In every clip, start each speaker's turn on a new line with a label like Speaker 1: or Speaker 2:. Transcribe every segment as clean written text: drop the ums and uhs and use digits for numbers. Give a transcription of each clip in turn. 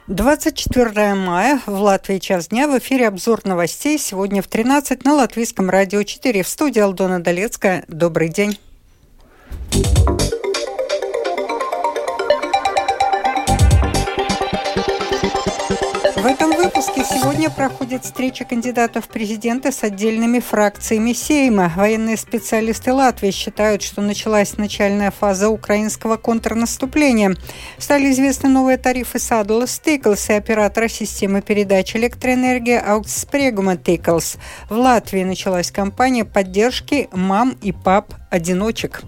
Speaker 1: 24 мая, в Латвии час дня, в эфире обзор новостей. Сегодня в 13 на Латвийском радио 4. В студии Алдона Долецкая. Добрый день. В этом выпуске сегодня проходит встреча кандидатов в президенты с отдельными фракциями Сейма. Военные специалисты Латвии считают, что началась начальная фаза украинского контрнаступления. Стали известны новые тарифы Sadlas Tīkls и оператора системы передачи электроэнергии Augstspreguma Tīkls. В Латвии началась кампания поддержки мам и пап-одиночек.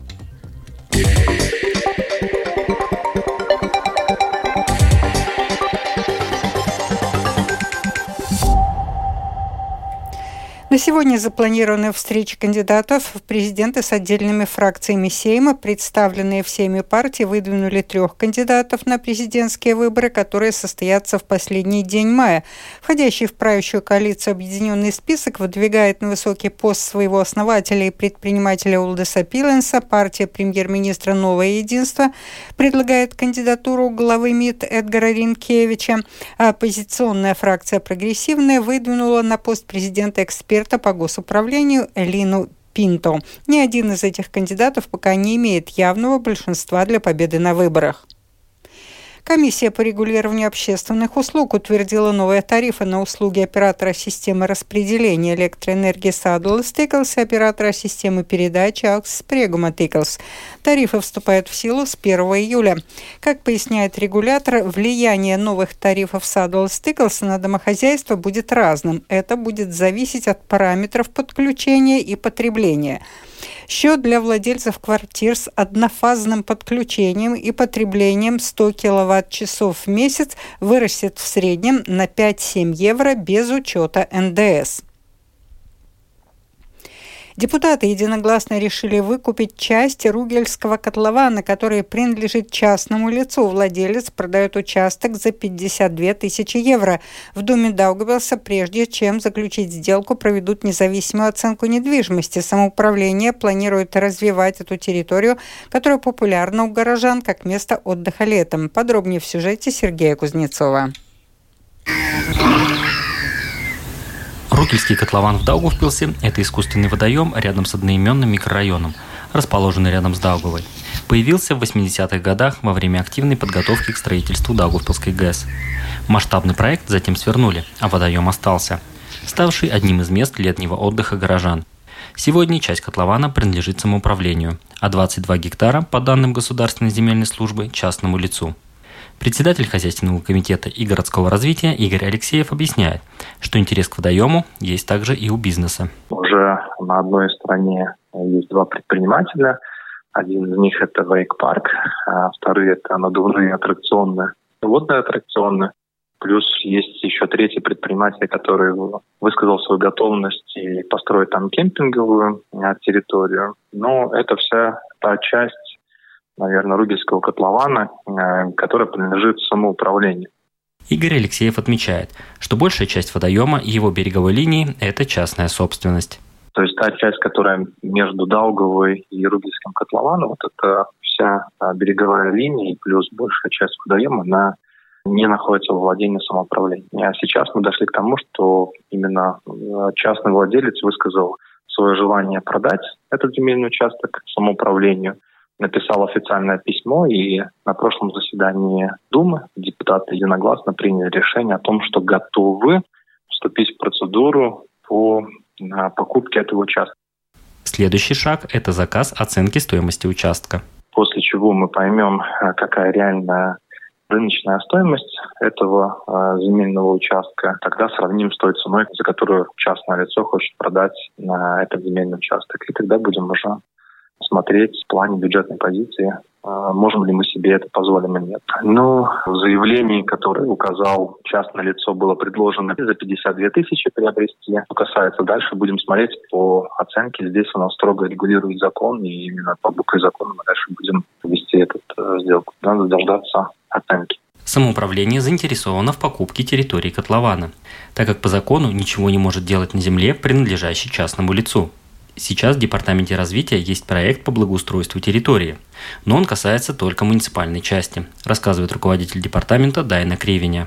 Speaker 1: На сегодня запланированы встречи кандидатов в президенты с отдельными фракциями Сейма. Представленные всеми партии выдвинули 3 кандидатов на президентские выборы, которые состоятся в последний день мая. Входящий в правящую коалицию объединенный список выдвигает на высокий пост своего основателя и предпринимателя Улдиса Пиленса. Партия премьер-министра «Новое единство» предлагает кандидатуру главы МИД Эдгара Ринкевича. А оппозиционная фракция «Прогрессивная» выдвинула на пост президента эксперта по госуправлению Элину Пинто. Ни один из этих кандидатов пока не имеет явного большинства для победы на выборах. Комиссия по регулированию общественных услуг утвердила новые тарифы на услуги оператора системы распределения электроэнергии Sadlas Tīkls и оператора системы передачи Augstspreguma Tīkls. Тарифы вступают в силу с 1 июля. Как поясняет регулятор, влияние новых тарифов Sadlas Tīkls на домохозяйство будет разным. Это будет зависеть от параметров подключения и потребления. Счет для владельцев квартир с однофазным подключением и потреблением 100 киловатт-часов в месяц вырастет в среднем на 5-7 евро без учета НДС. Депутаты единогласно решили выкупить часть Ругельского котлована, который принадлежит частному лицу. Владелец продает участок за 52 тысячи евро. В Думе Даугавпилса, прежде чем заключить сделку, проведут независимую оценку недвижимости. Самоуправление планирует развивать эту территорию, которая популярна у горожан как место отдыха летом. Подробнее в сюжете Сергея Кузнецова.
Speaker 2: Ругельский котлован в Даугавпилсе – это искусственный водоем рядом с одноименным микрорайоном, расположенный рядом с Даугавой. Появился в 80-х годах во время активной подготовки к строительству Даугавпилской ГЭС. Масштабный проект затем свернули, а водоем остался, ставший одним из мест летнего отдыха горожан. Сегодня часть котлована принадлежит самоуправлению, а 22 гектара, по данным Государственной земельной службы, частному лицу. Председатель хозяйственного комитета и городского развития Игорь Алексеев объясняет, что интерес к водоему есть также и у бизнеса.
Speaker 3: Уже на одной стороне есть 2 предпринимателя. Один из них – это вейк-парк, а вторые – это надувные аттракционы, водные аттракционы. Плюс есть еще 3-й предприниматель, который высказал свою готовность и построить там кемпинговую территорию. Но это вся та часть, наверное, Ругельского котлована, которая принадлежит самоуправлению.
Speaker 2: Игорь Алексеев отмечает, что большая часть водоема и его береговой линии – это частная собственность.
Speaker 3: То есть та часть, которая между Даугавой и Ругельским котлованом, вот это вся береговая линия и плюс большая часть водоема, она не находится в владении самоуправления. А сейчас мы дошли к тому, что именно частный владелец высказал свое желание продать этот земельный участок самоуправлению, написал официальное письмо, и на прошлом заседании Думы депутаты единогласно приняли решение о том, что готовы вступить в процедуру по покупке этого участка.
Speaker 2: Следующий шаг – это заказ оценки стоимости участка.
Speaker 3: После чего мы поймем, какая реальная рыночная стоимость этого земельного участка. Тогда сравним с той ценой, за которую частное лицо хочет продать этот земельный участок. И тогда будем уже смотреть в плане бюджетной позиции, можем ли мы себе это позволим или нет. Но в заявлении, которое указал частное лицо, было предложено за 52 тысячи приобрести. Что касается дальше, будем смотреть по оценке. Здесь у нас строго регулирует закон, и именно по букве закона мы дальше будем вести эту сделку. Надо дождаться оценки.
Speaker 2: Самоуправление заинтересовано в покупке территории котлована, так как по закону ничего не может делать на земле, принадлежащей частному лицу. Сейчас в Департаменте развития есть проект по благоустройству территории, но он касается только муниципальной части, рассказывает руководитель департамента Дайна Кривиня.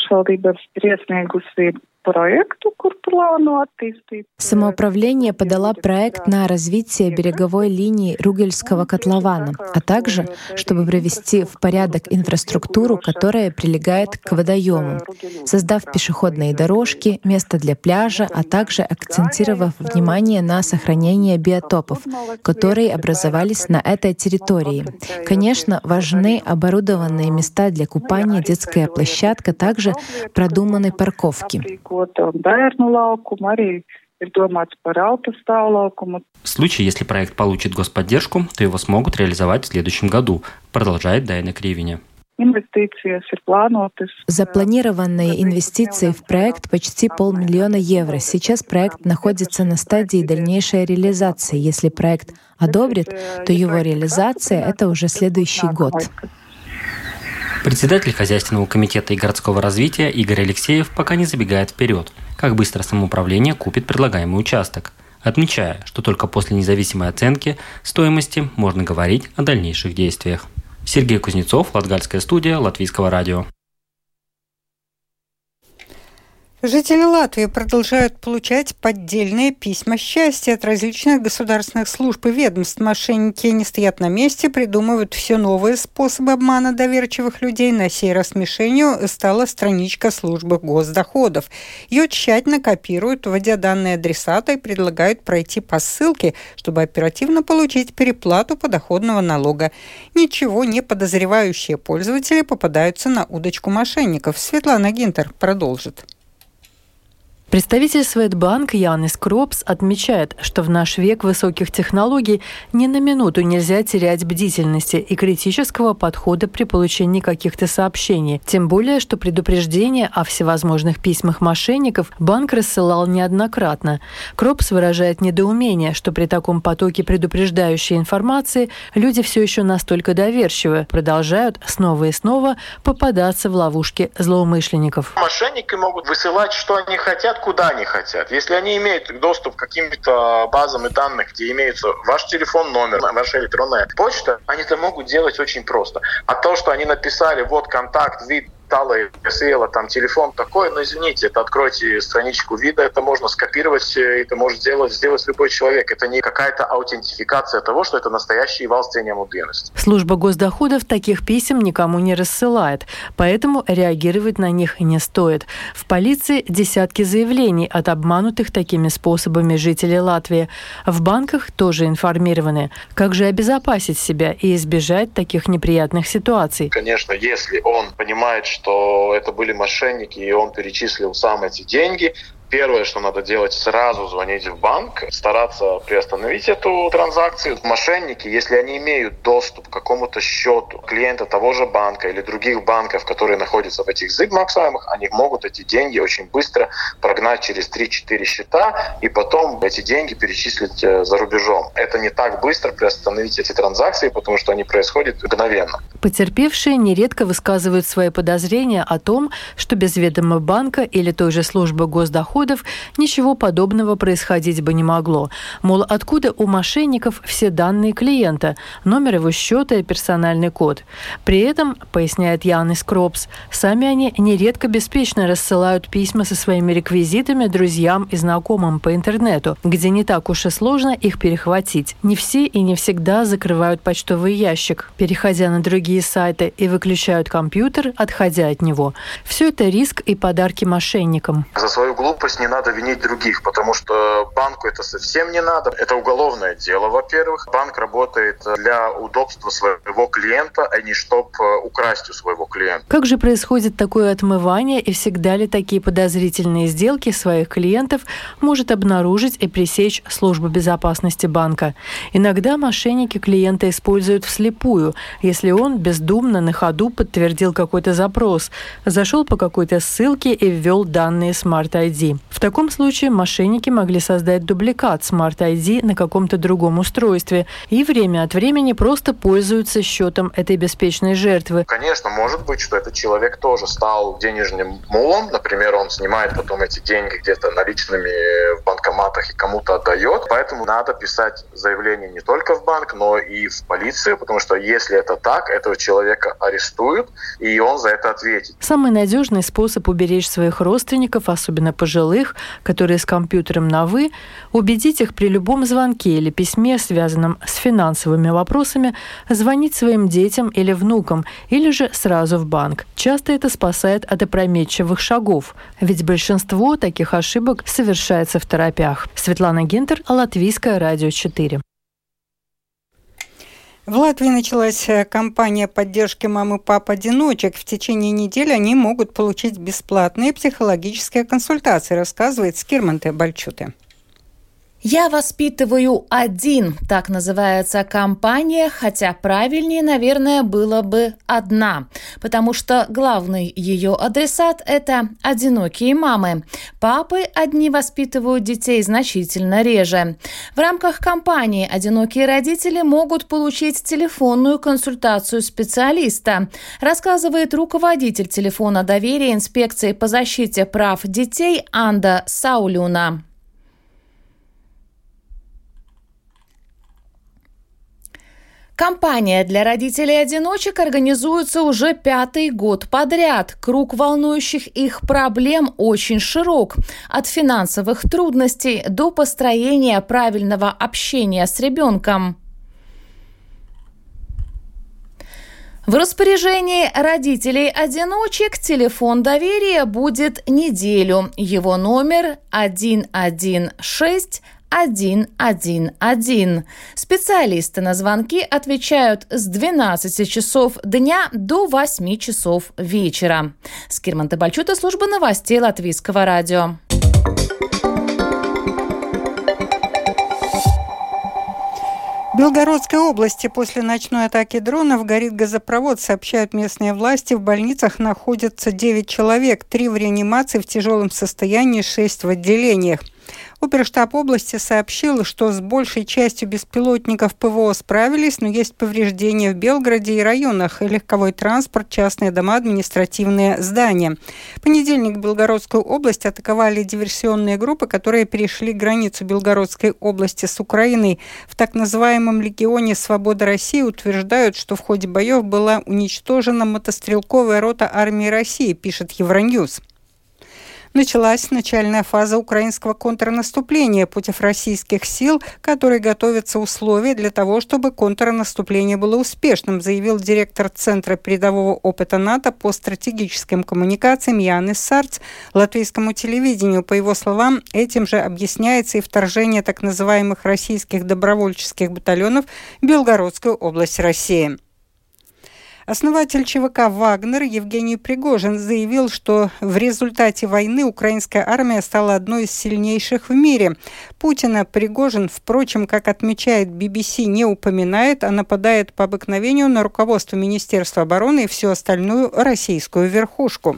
Speaker 4: Самоуправление подало проект на развитие береговой линии Ругельского котлована, а также, чтобы привести в порядок инфраструктуру, которая прилегает к водоему, создав пешеходные дорожки, место для пляжа, а также акцентировав внимание на сохранении биотопов, которые образовались на этой территории. Конечно, важны оборудованные места для купания, детская площадка, также продуманы парковки.
Speaker 2: В случае, если проект получит господдержку, то его смогут реализовать в следующем году, продолжает Дайна Кривиня.
Speaker 4: Запланированные инвестиции в проект почти 500 000 евро. Сейчас проект находится на стадии дальнейшей реализации. Если проект одобрит, то его реализация — это уже следующий год.
Speaker 2: Председатель хозяйственного комитета и городского развития Игорь Алексеев пока не забегает вперед, как быстро самоуправление купит предлагаемый участок, отмечая, что только после независимой оценки стоимости можно говорить о дальнейших действиях. Сергей Кузнецов, Латгальская студия, Латвийского радио.
Speaker 1: Жители Латвии продолжают получать поддельные письма счастья от различных государственных служб и ведомств. Мошенники не стоят на месте, придумывают все новые способы обмана доверчивых людей. На сей раз мишенью стала страничка службы госдоходов. Ее тщательно копируют, вводя данные адресата и предлагают пройти по ссылке, чтобы оперативно получить переплату подоходного налога. Ничего не подозревающие пользователи попадаются на удочку мошенников. Светлана Гинтер продолжит.
Speaker 5: Представитель Swedbank Jānis Kropss отмечает, что в наш век высоких технологий ни на минуту нельзя терять бдительности и критического подхода при получении каких-то сообщений. Тем более, что предупреждения о всевозможных письмах мошенников банк рассылал неоднократно. Kropss выражает недоумение, что при таком потоке предупреждающей информации люди все еще настолько доверчивы, продолжают снова и снова попадаться в ловушки злоумышленников.
Speaker 6: Мошенники могут высылать, что они хотят, куда они хотят. Если они имеют доступ к каким-то базам и данных, где имеется ваш телефон, номер, ваша электронная почта, они это могут делать очень просто. А то, что они написали, вот контакт, вид, села, там телефон такой, но извините, это откройте страничку вида, это можно скопировать, это может сделать любой человек. Это не какая-то аутентификация того, что это настоящий valsts ieņēmumu.
Speaker 5: Служба госдоходов таких писем никому не рассылает, поэтому реагировать на них не стоит. В полиции десятки заявлений от обманутых такими способами жителей Латвии. В банках тоже информированы. Как же обезопасить себя и избежать таких неприятных ситуаций?
Speaker 6: Конечно, если он понимает, что это были мошенники, и он перечислил сам эти деньги, первое, что надо делать, сразу звонить в банк, стараться приостановить эту транзакцию. Мошенники, если они имеют доступ к какому-то счету клиента того же банка или других банков, которые находятся в этих зигмаксаймах, они могут эти деньги очень быстро прогнать через 3-4 счета и потом эти деньги перечислить за рубежом. Это не так быстро приостановить эти транзакции, потому что они происходят мгновенно.
Speaker 5: Потерпевшие нередко высказывают свои подозрения о том, что без ведома банка или той же службы госдоходов ничего подобного происходить бы не могло. Мол, откуда у мошенников все данные клиента, номер его счета и персональный код. При этом, поясняет Jānis Kropss, сами они нередко беспечно рассылают письма со своими реквизитами друзьям и знакомым по интернету, где не так уж и сложно их перехватить. Не все и не всегда закрывают почтовый ящик, переходя на другие сайты, и выключают компьютер, отходя от него. Все это риск и подарки мошенникам.
Speaker 6: За свою глупость не надо винить других, потому что банку это совсем не надо. Это уголовное дело, во-первых. Банк работает для удобства своего клиента, а не чтобы украсть у своего клиента.
Speaker 5: Как же происходит такое отмывание, и всегда ли такие подозрительные сделки своих клиентов может обнаружить и пресечь служба безопасности банка? Иногда мошенники клиента используют вслепую, если он бездумно на ходу подтвердил какой-то запрос, зашел по какой-то ссылке и ввел данные Smart ID. В таком случае мошенники могли создать дубликат Smart ID на каком-то другом устройстве и время от времени просто пользуются счетом этой беспечной жертвы.
Speaker 6: Конечно, может быть, что этот человек тоже стал денежным мулом. Например, он снимает потом эти деньги где-то наличными в банкомате банкоматах и кому-то отдает. Поэтому надо писать заявление не только в банк, но и в полицию, потому что если это так, этого человека арестуют, и он за это ответит.
Speaker 5: Самый надежный способ уберечь своих родственников, особенно пожилых, которые с компьютером на «вы», убедить их при любом звонке или письме, связанном с финансовыми вопросами, звонить своим детям или внукам, или же сразу в банк. Часто это спасает от опрометчивых шагов, ведь большинство таких ошибок совершается в торопях. Светлана Гинтер, Латвийское радио 4.
Speaker 1: В Латвии началась кампания поддержки мам и пап-одиночек. В течение недели они могут получить бесплатные психологические консультации, рассказывает Скирманте Бальчуте.
Speaker 7: «Я воспитываю один», так называется кампания, хотя правильнее, наверное, было бы «одна», потому что главный ее адресат – это одинокие мамы. Папы одни воспитывают детей значительно реже. В рамках кампании одинокие родители могут получить телефонную консультацию специалиста, рассказывает руководитель телефона доверия инспекции по защите прав детей Анда Саулюна. Кампания для родителей-одиночек организуется уже 5-й год подряд. Круг волнующих их проблем очень широк. От финансовых трудностей до построения правильного общения с ребенком. В распоряжении родителей-одиночек телефон доверия будет неделю. Его номер 116 111. Специалисты на звонки отвечают с 12 часов дня до 8 часов вечера. Скирманте Бальчуте, служба новостей Латвийского радио.
Speaker 1: В Белгородской области после ночной атаки дронов горит газопровод, сообщают местные власти. В больницах находятся 9 человек, 3 в реанимации в тяжелом состоянии, 6 в отделениях. Оперштаб области сообщил, что с большей частью беспилотников ПВО справились, но есть повреждения в Белгороде и районах: легковой транспорт, частные дома, административные здания. В понедельник Белгородскую область атаковали диверсионные группы, которые перешли границу Белгородской области с Украиной. В так называемом легионе «Свобода России» утверждают, что в ходе боев была уничтожена мотострелковая рота армии России, пишет Евроньюз. Началась начальная фаза украинского контрнаступления против российских сил, которые готовятся условия для того, чтобы контрнаступление было успешным, заявил директор Центра передового опыта НАТО по стратегическим коммуникациям Янис Сарц латвийскому телевидению. По его словам, этим же объясняется и вторжение так называемых российских добровольческих батальонов в Белгородскую область России. Основатель ЧВК «Вагнер» Евгений Пригожин заявил, что в результате войны украинская армия стала одной из сильнейших в мире. Путина Пригожин, впрочем, как отмечает BBC, не упоминает, а нападает по обыкновению на руководство Министерства обороны и всю остальную российскую верхушку.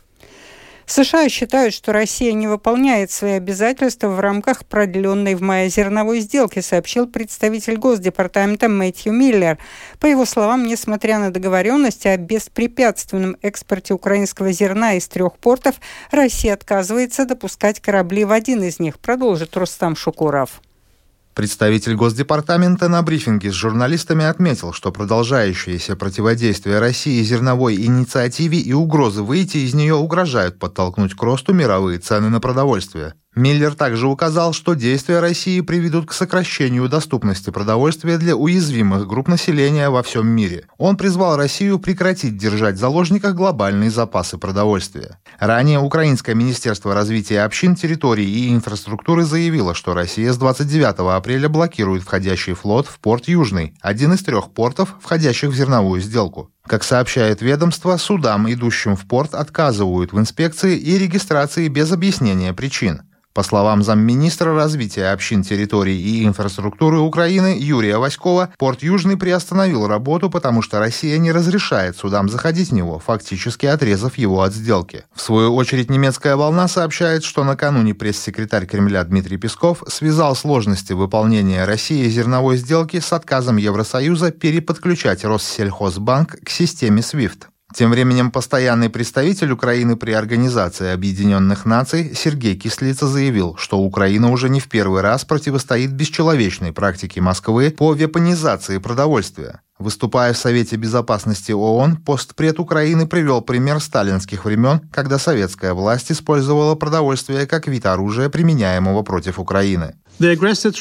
Speaker 1: США считают, что Россия не выполняет свои обязательства в рамках продленной в мае зерновой сделки, сообщил представитель Госдепартамента Мэтью Миллер. По его словам, несмотря на договоренности о беспрепятственном экспорте украинского зерна из 3 портов, Россия отказывается допускать корабли в один из них, продолжит Рустам Шукуров.
Speaker 8: Представитель Госдепартамента на брифинге с журналистами отметил, что продолжающееся противодействие России зерновой инициативе и угрозы выйти из нее угрожают подтолкнуть к росту мировые цены на продовольствие. Миллер также указал, что действия России приведут к сокращению доступности продовольствия для уязвимых групп населения во всем мире. Он призвал Россию прекратить держать в заложниках глобальные запасы продовольствия. Ранее Украинское министерство развития общин, территорий и инфраструктуры заявило, что Россия с 29 апреля блокирует входящий флот в порт Южный, один из 3 портов, входящих в зерновую сделку. Как сообщает ведомство, судам, идущим в порт, отказывают в инспекции и регистрации без объяснения причин. По словам замминистра развития общин, территорий и инфраструктуры Украины Юрия Васькова, порт Южный приостановил работу, потому что Россия не разрешает судам заходить в него, фактически отрезав его от сделки. В свою очередь, немецкая «Волна» сообщает, что накануне пресс-секретарь Кремля Дмитрий Песков связал сложности выполнения России зерновой сделки с отказом Евросоюза переподключать Россельхозбанк к системе SWIFT. Тем временем постоянный представитель Украины при Организации Объединенных Наций Сергей Кислица заявил, что Украина уже не в первый раз противостоит бесчеловечной практике Москвы по вепонизации продовольствия. Выступая в Совете Безопасности ООН, постпред Украины привел пример сталинских времен, когда советская власть использовала продовольствие как вид оружия, применяемого против Украины.
Speaker 9: Агрессор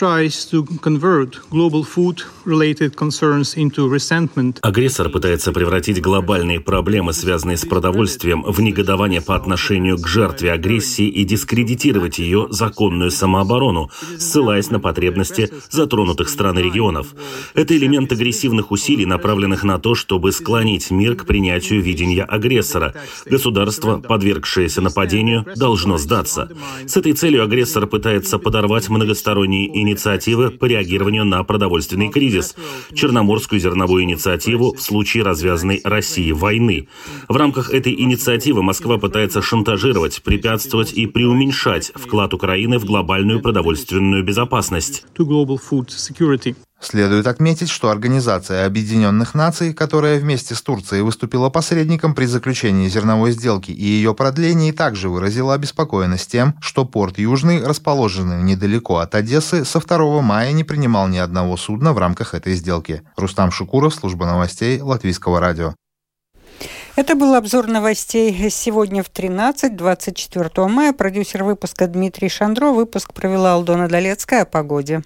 Speaker 9: пытается превратить глобальные проблемы, связанные с продовольствием, в негодование по отношению к жертве агрессии и дискредитировать ее законную самооборону, ссылаясь на потребности затронутых стран и регионов. Это элемент агрессивных усилий, направленных на то, чтобы склонить мир к принятию видения агрессора. Государство, подвергшееся нападению, должно сдаться. С этой целью агрессор пытается подорвать многосторонние инициативы по реагированию на продовольственный кризис, Черноморскую зерновую инициативу в случае развязанной Россией войны. В рамках этой инициативы Москва пытается шантажировать, препятствовать и преуменьшать вклад Украины в глобальную продовольственную безопасность.
Speaker 8: Следует отметить, что Организация Объединенных Наций, которая вместе с Турцией выступила посредником при заключении зерновой сделки и ее продлении, также выразила обеспокоенность тем, что порт Южный, расположенный недалеко от Одессы, со 2 мая не принимал ни одного судна в рамках этой сделки. Рустам Шукуров, служба новостей Латвийского радио.
Speaker 1: Это был обзор новостей сегодня в 13-24 мая. Продюсер выпуска Дмитрий Шандро. Выпуск провела Алдона Долецкая. О погоде.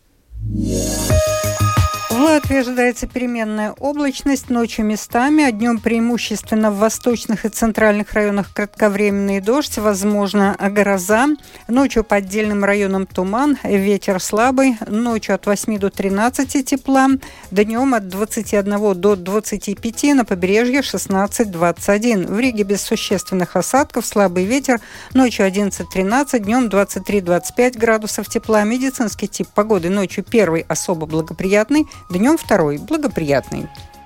Speaker 1: В Латвии ожидается переменная облачность, ночью местами, а днем преимущественно в восточных и центральных районах кратковременный дождь, возможно гроза. Ночью по отдельным районам туман, ветер слабый, ночью от 8 до 13 тепла, днем от 21 до 25, на побережье 16-21. В Риге без существенных осадков, слабый ветер, ночью 11-13, днем 23-25 градусов тепла. Медицинский тип погоды: ночью первый особо благоприятный, днем второй благоприятный.